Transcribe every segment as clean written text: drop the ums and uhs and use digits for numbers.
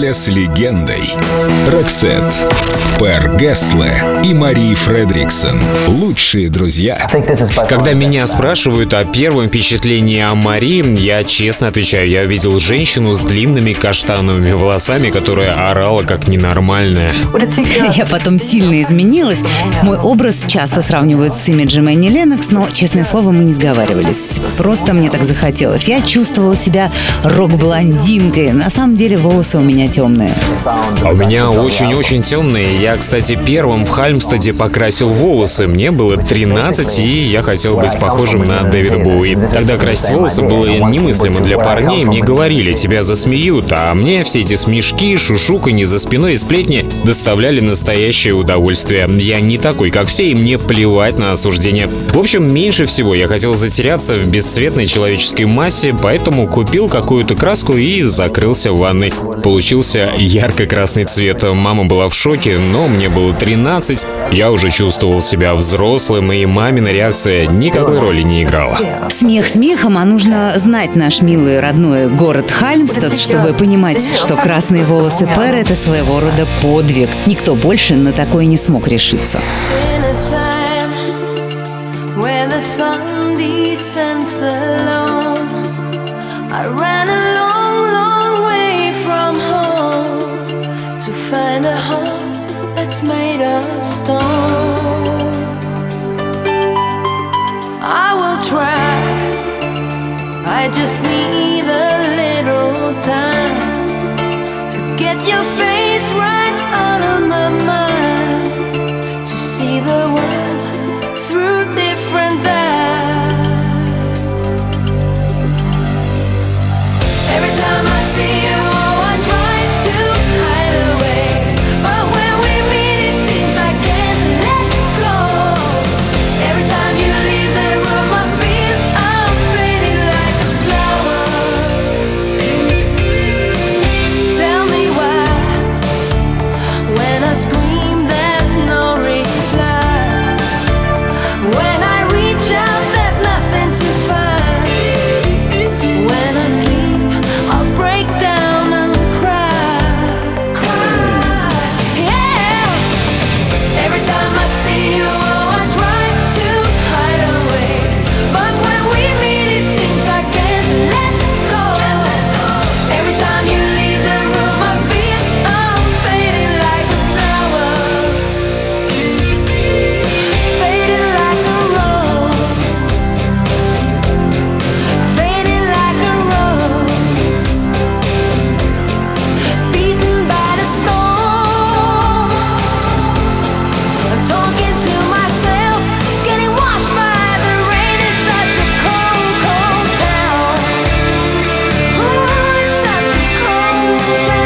Неделя с легендой. Роксет, Per Gessle и Мари Фредриксон. Лучшие друзья. Когда меня спрашивают о первом впечатлении о Мари, я честно отвечаю, я видел женщину с длинными каштановыми волосами, которая орала как ненормальная. Я потом сильно изменилась. Мой образ часто сравнивают с имиджем Энни Леннокс, но, честное слово, мы не сговаривались. Просто мне так захотелось. Я чувствовала себя рок-блондинкой. На самом деле волосы у меня темные. А у меня очень-очень темные. Я, кстати, первым в Хальмстеде покрасил волосы. Мне было 13, и я хотел быть похожим на Дэвида Боуи. Тогда красить волосы было немыслимо для парней. Мне говорили, тебя засмеют, а мне все эти смешки, шушуканье за спиной и сплетни доставляли настоящее удовольствие. Я не такой, как все, и мне плевать на осуждение. В общем, меньше всего я хотел затеряться в бесцветной человеческой массе, поэтому купил какую-то краску и закрылся в ванной. Получился ярко-красный цвет. Мама была в шоке, но мне было 13. Я уже чувствовал себя взрослым, и мамина реакция никакой роли не играла. Смех смехом, а нужно знать наш милый родной город Хальмстед, чтобы понимать, что красные волосы Пэр — это своего рода подвиг. Никто больше на такое не смог решиться. I just need a little time to get your face right out of my mind, to see the world through different eyes. Every time I see you, oh, I try to hide away, but when we meet it seems I can't let go. Every time you leave the room I feel I'm fading like a flower. Tell me why, when I scream there's no reply, when I reach out there's nothing to find, when I sleep I'll break down and cry, yeah. Every time I see you, oh, I try to hide away, but when we meet it seems I can't let go. Every time you leave the room I feel I'm fading like a flower, fading like a rose, fading like a rose, beaten by the storm, talking to myself, getting washed by the rain. It's such a cold, cold town. Ooh, it's such a cold town.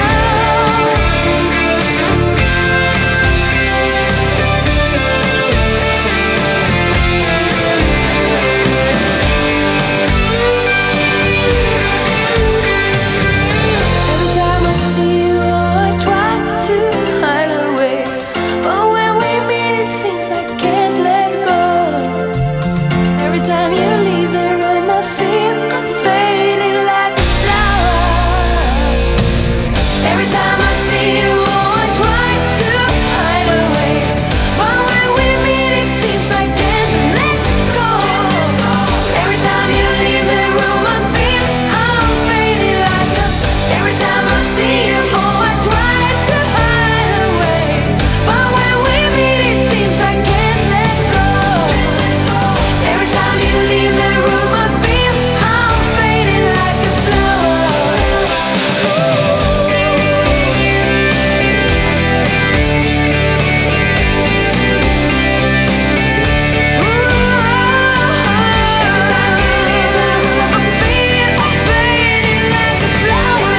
Every time I see you, oh, I try to hide away, but when we meet it seems I can't let go. Every time you leave the room I feel I'm fading like a flower. Every time I see you, oh, I try to hide away, but when we meet it seems I can't let go. Every time you leave the room I feel I'm fading like a. Every time I see you, oh, I try to hide away, but when we meet it seems I can't let go. Every time you leave the room I feel I'm fading like a flower.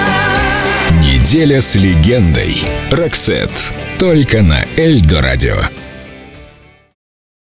Неделя с легендой. Роксет. Только на Эльдо радио.